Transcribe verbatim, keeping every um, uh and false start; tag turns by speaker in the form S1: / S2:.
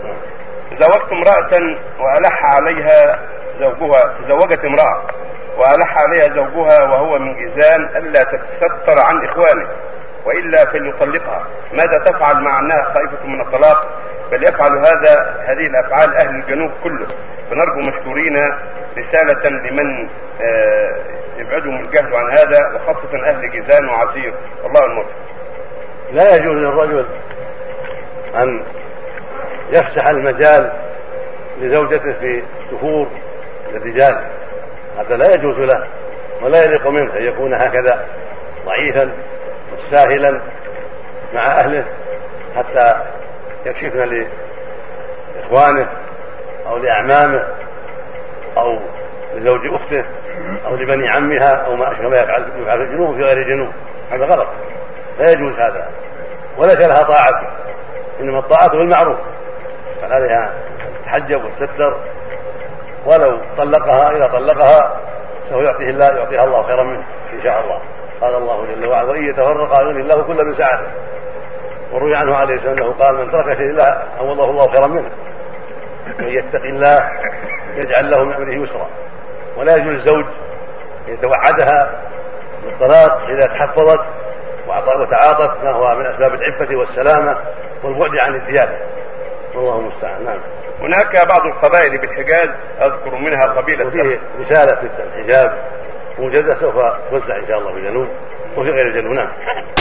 S1: زوجت امرأة وألح عليها زوجها، تزوجت امرأة وألح عليها زوجها وهو من جيزان ألا تتستر عن إخوانه وإلا فليطلقها، ماذا تفعل مع أنها خائفة من الطلاق؟ بل يفعل هذا هذه الأفعال أهل الجنوب كله، فنرجو مشكورين رسالة لمن يبعدهم الجهل عن هذا وخاصة أهل جيزان وعسير، والله الموفق.
S2: لا يجوز للرجل أن يفسح المجال لزوجته في دخول الرجال، هذا لا يجوز له ولا يليق منه أن يكون هكذا ضعيفا مستاهلا مع أهله حتى يكشفن لإخوانه أو لأعمامه أو لزوج أخته أو لبني عمها أو ما أشبه ما يفعل في الجنوب في غير الجنوب، هذا غلط، لا يجوز هذا ولا لها طاعة، إنما الطاعة بالمعروف، فعليها تتحجب وتستر، ولو طلقها إذا طلقها سوف يعطيه الله يعطيها الله خيرا منه إن شاء الله. قال الله جل وعلا: وإن يتفرقا يغني الله كل من سعته. وروي عنه عليه السلام أنه قال: من ترك شيء الله عوضه الله خيرا منه، ومن يتق الله يجعل له من أمره يسرا. ولا يجوز الزوج يتوعدها بالطلاق إذا تحفظت وتعاطت ما هو من أسباب العفة والسلامة والبعد عن الزيادة، والله المستعان. نعم.
S1: هناك بعض القبائل بالحجاز أذكر منها قبيلة،
S2: وفيه رسالة في الحجاب موجودة سوف توزع إن شاء الله في الجنوب وفي غير الجنوب. نعم.